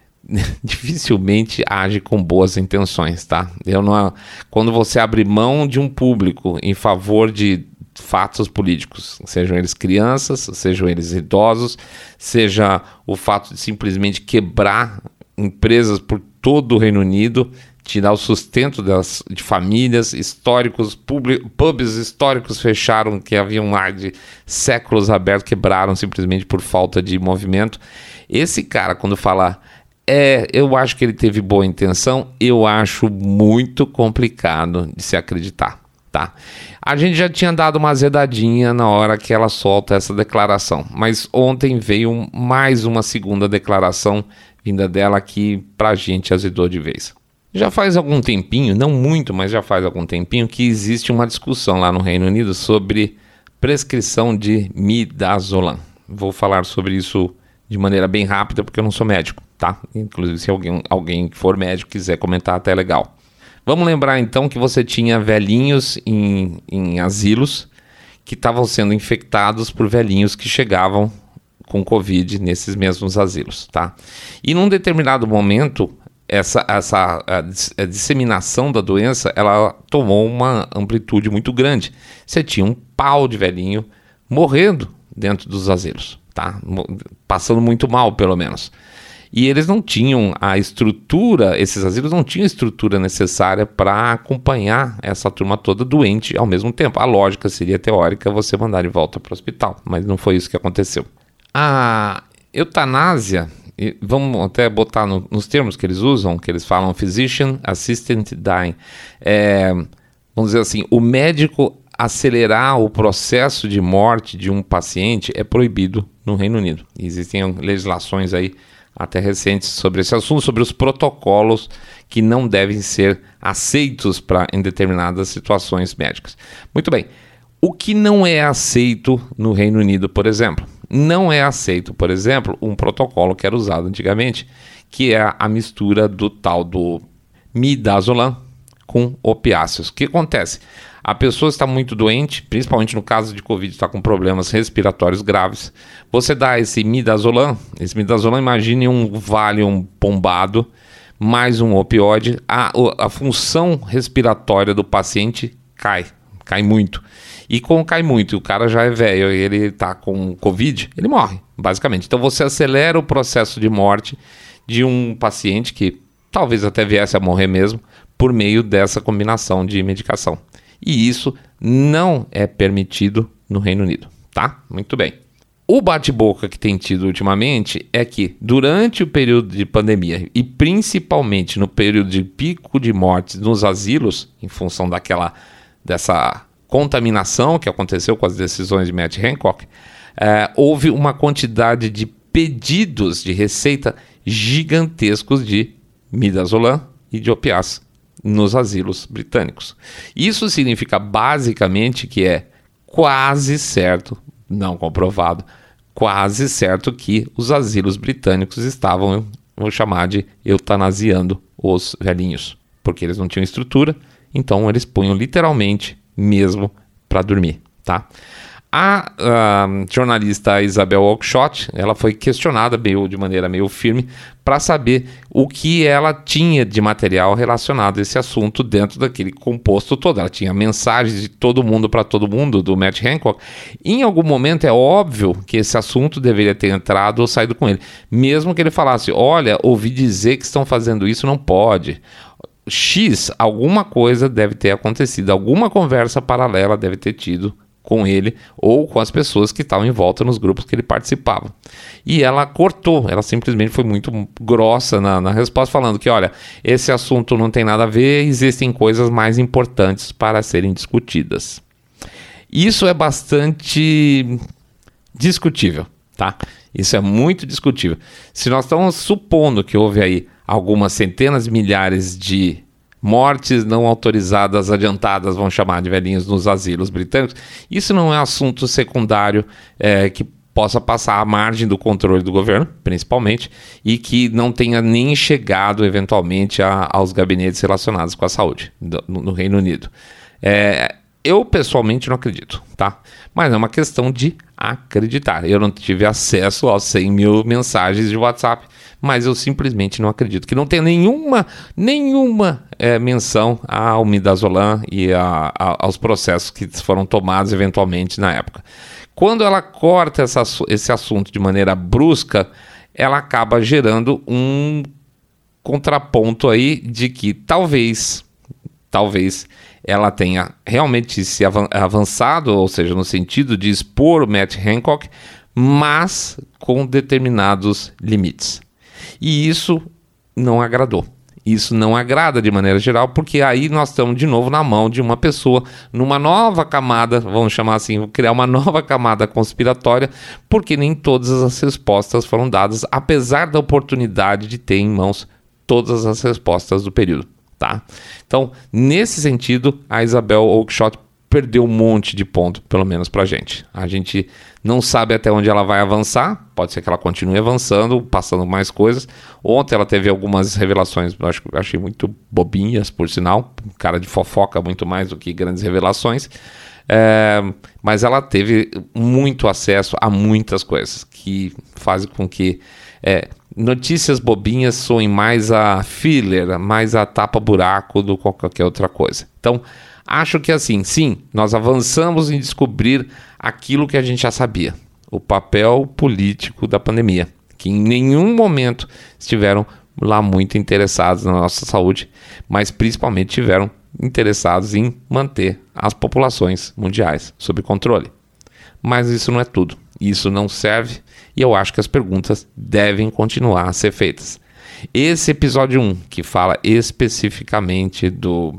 dificilmente age com boas intenções, tá? Eu não, quando você abre mão de um público em favor de fatos políticos, sejam eles crianças, sejam eles idosos, seja o fato de simplesmente quebrar empresas por todo o Reino Unido, tirar o sustento das, de famílias históricos, pub, pubs históricos fecharam, que haviam mais de séculos abertos, quebraram simplesmente por falta de movimento. Esse cara, quando fala, é, eu acho que ele teve boa intenção, eu acho muito complicado de se acreditar, tá? A gente já tinha dado uma azedadinha na hora que ela solta essa declaração, mas ontem veio mais uma segunda declaração vinda dela que pra gente azedou de vez. Já faz algum tempinho, não muito, mas já faz algum tempinho que existe uma discussão lá no Reino Unido sobre prescrição de midazolam. Vou falar sobre isso de maneira bem rápida porque eu não sou médico, tá? Inclusive se alguém, alguém que for médico quiser comentar, até é legal. Vamos lembrar então que você tinha velhinhos em, em asilos que estavam sendo infectados por velhinhos que chegavam com Covid nesses mesmos asilos, tá? E num determinado momento, essa, essa a, a disseminação da doença, ela tomou uma amplitude muito grande. Você tinha um pau de velhinho morrendo dentro dos asilos, tá? Passando muito mal, pelo menos. E eles não tinham a estrutura, esses asilos não tinham a estrutura necessária para acompanhar essa turma toda doente ao mesmo tempo. A lógica seria teórica você mandar de volta para o hospital, mas não foi isso que aconteceu. A eutanásia, vamos até botar no, nos termos que eles usam, que eles falam Physician Assisted Dying, é, vamos dizer assim, o médico acelerar o processo de morte de um paciente é proibido no Reino Unido. Existem legislações aí até recentes sobre esse assunto, sobre os protocolos que não devem ser aceitos pra, em determinadas situações médicas. Muito bem. O que não é aceito no Reino Unido, por exemplo? Não é aceito, por exemplo, um protocolo que era usado antigamente, que é a mistura do tal do midazolam com opiáceos. O que acontece? A pessoa está muito doente, principalmente no caso de Covid, está com problemas respiratórios graves. Você dá esse midazolam, esse midazolam, imagine um Valium bombado, mais um opioide, a, a função respiratória do paciente cai, cai muito. E como cai muito, o cara já é velho e ele está com Covid, ele morre, basicamente. Então você acelera o processo de morte de um paciente que talvez até viesse a morrer mesmo, por meio dessa combinação de medicação. E isso não é permitido no Reino Unido, tá? Muito bem. O bate-boca que tem tido ultimamente é que durante o período de pandemia e principalmente no período de pico de mortes nos asilos, em função daquela, dessa contaminação que aconteceu com as decisões de Matt Hancock, é, houve uma quantidade de pedidos de receita gigantescos de midazolam e de opiáceos nos asilos britânicos. Isso significa basicamente que é quase certo, não comprovado, quase certo que os asilos britânicos estavam, vou chamar de eutanasiando os velhinhos, porque eles não tinham estrutura, então eles punham literalmente mesmo para dormir, tá? A uh, jornalista Isabel Oakeshott, ela foi questionada meio, de maneira meio firme para saber o que ela tinha de material relacionado a esse assunto dentro daquele composto todo. Ela tinha mensagens de todo mundo para todo mundo do Matt Hancock. Em algum momento é óbvio que esse assunto deveria ter entrado ou saído com ele. Mesmo que ele falasse, olha, ouvi dizer que estão fazendo isso, não pode. X, alguma coisa deve ter acontecido, alguma conversa paralela deve ter tido com ele ou com as pessoas que estavam em volta nos grupos que ele participava. E ela cortou, ela simplesmente foi muito grossa na, na resposta, falando que, olha, esse assunto não tem nada a ver, existem coisas mais importantes para serem discutidas. Isso é bastante discutível, tá? Isso é muito discutível. Se nós estamos supondo que houve aí algumas centenas de milhares de mortes não autorizadas, adiantadas, vamos chamar de velhinhos, nos asilos britânicos, isso não é assunto secundário é, que possa passar à margem do controle do governo, principalmente, e que não tenha nem chegado, eventualmente, a, aos gabinetes relacionados com a saúde do, no, no Reino Unido. É, eu, pessoalmente, não acredito, tá? Mas é uma questão de acreditar. Eu não tive acesso aos cem mil mensagens de WhatsApp, mas eu simplesmente não acredito que não tenha nenhuma, nenhuma é, menção ao midazolam e a, a, aos processos que foram tomados eventualmente na época. Quando ela corta essa, esse assunto de maneira brusca, ela acaba gerando um contraponto aí de que talvez, talvez ela tenha realmente se avançado, ou seja, no sentido de expor o Matt Hancock, mas com determinados limites. E isso não agradou. Isso não agrada de maneira geral, porque aí nós estamos de novo na mão de uma pessoa, numa nova camada, vamos chamar assim, criar uma nova camada conspiratória, porque nem todas as respostas foram dadas, apesar da oportunidade de ter em mãos todas as respostas do período, tá? Então, nesse sentido, a Isabel Oakeshott perdeu um monte de ponto, pelo menos pra gente. A gente não sabe até onde ela vai avançar, pode ser que ela continue avançando, passando mais coisas. Ontem ela teve algumas revelações, eu acho, achei muito bobinhas, por sinal, cara de fofoca muito mais do que grandes revelações, é, mas ela teve muito acesso a muitas coisas, que fazem com que é, notícias bobinhas soem mais a filler, mais a tapa-buraco do que qualquer outra coisa. Então, acho que assim, sim, nós avançamos em descobrir aquilo que a gente já sabia. O papel político da pandemia, que em nenhum momento estiveram lá muito interessados na nossa saúde, mas principalmente tiveram interessados em manter as populações mundiais sob controle. Mas isso não é tudo. Isso não serve e eu acho que as perguntas devem continuar a ser feitas. Esse episódio um, que fala especificamente do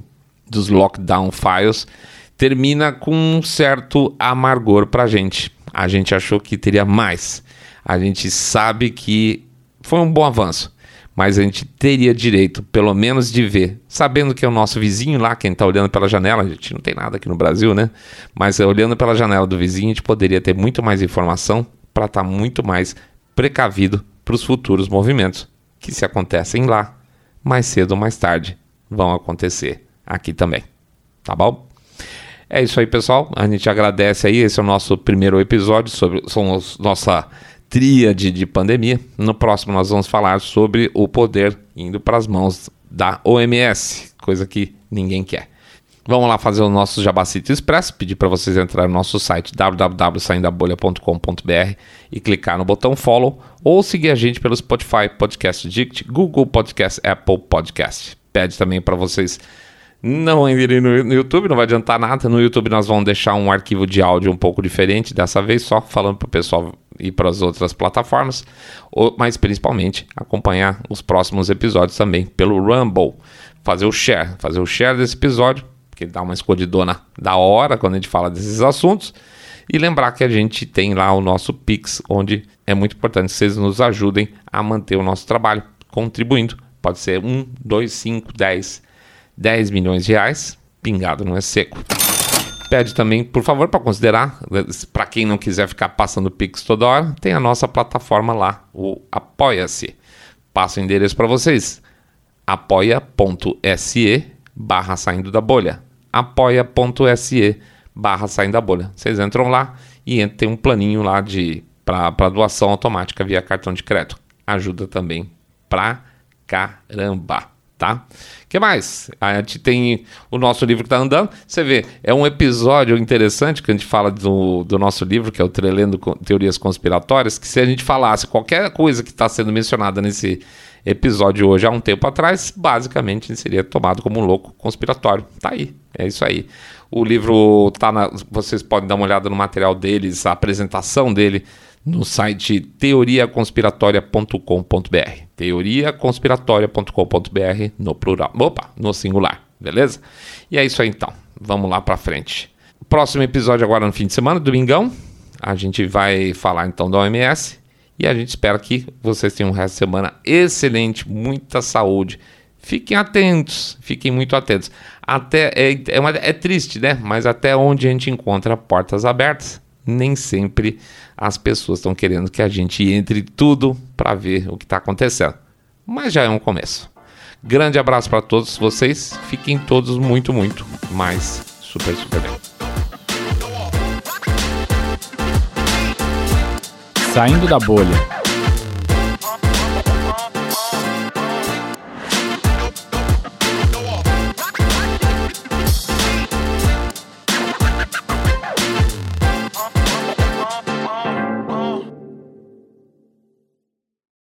dos lockdown files, termina com um certo amargor pra gente. A gente achou que teria mais. A gente sabe que foi um bom avanço, mas a gente teria direito, pelo menos, de ver, sabendo que é o nosso vizinho lá, quem está olhando pela janela, a gente não tem nada aqui no Brasil, né? Mas olhando pela janela do vizinho, a gente poderia ter muito mais informação para estar tá muito mais precavido para os futuros movimentos, que se acontecem lá, mais cedo ou mais tarde, vão acontecer aqui também. Tá bom? É isso aí, pessoal. A gente agradece aí. Esse é o nosso primeiro episódio sobre somos nossa tríade de pandemia. No próximo nós vamos falar sobre o poder indo para as mãos da O M S, coisa que ninguém quer. Vamos lá fazer o nosso Jabacito Express, pedir para vocês entrarem no nosso site w w w ponto saindo da bolha ponto com ponto b r e clicar no botão follow ou seguir a gente pelo Spotify, Podcast Addict, Google Podcast, Apple Podcast. Pede também para vocês não irem no, no YouTube, não vai adiantar nada. No YouTube nós vamos deixar um arquivo de áudio um pouco diferente, dessa vez só falando para o pessoal ir para as outras plataformas, ou, mas principalmente acompanhar os próximos episódios também pelo Rumble, fazer o share, fazer o share desse episódio, que dá uma escondidona da hora quando a gente fala desses assuntos, e lembrar que a gente tem lá o nosso Pix, onde é muito importante que vocês nos ajudem a manter o nosso trabalho, contribuindo, pode ser um, dois, cinco, dez, dez milhões de reais, pingado não é seco. Pede também, por favor, para considerar, para quem não quiser ficar passando Pix toda hora, tem a nossa plataforma lá, o Apoia-se. Passo o endereço para vocês, apoia.se barra saindo da bolha. apoia.se barra saindo da bolha. Vocês entram lá e tem um planinho lá de para doação automática via cartão de crédito. Ajuda também pra caramba, tá? O que mais? A gente tem o nosso livro que tá andando. Você vê, é um episódio interessante que a gente fala do, do nosso livro, que é o Trelendo Teorias Conspiratórias, que se a gente falasse qualquer coisa que está sendo mencionada nesse episódio hoje há um tempo atrás, basicamente seria tomado como um louco conspiratório. Tá aí, é isso aí. O livro tá na, vocês podem dar uma olhada no material deles, a apresentação dele no site teoria conspiratória ponto com ponto b r. teoria conspiratória ponto com ponto b r no plural. Opa, no singular, beleza? E é isso aí então. Vamos lá pra frente. Próximo episódio agora no fim de semana, domingão. A gente vai falar então da O M S e a gente espera que vocês tenham um resto de semana excelente, muita saúde. Fiquem atentos, fiquem muito atentos. Até é, é, uma, é triste, né? Mas até onde a gente encontra portas abertas, nem sempre as pessoas estão querendo que a gente entre tudo para ver o que está acontecendo. Mas já é um começo. Grande abraço para todos vocês. Fiquem todos muito, muito mais super, super bem. Saindo da bolha.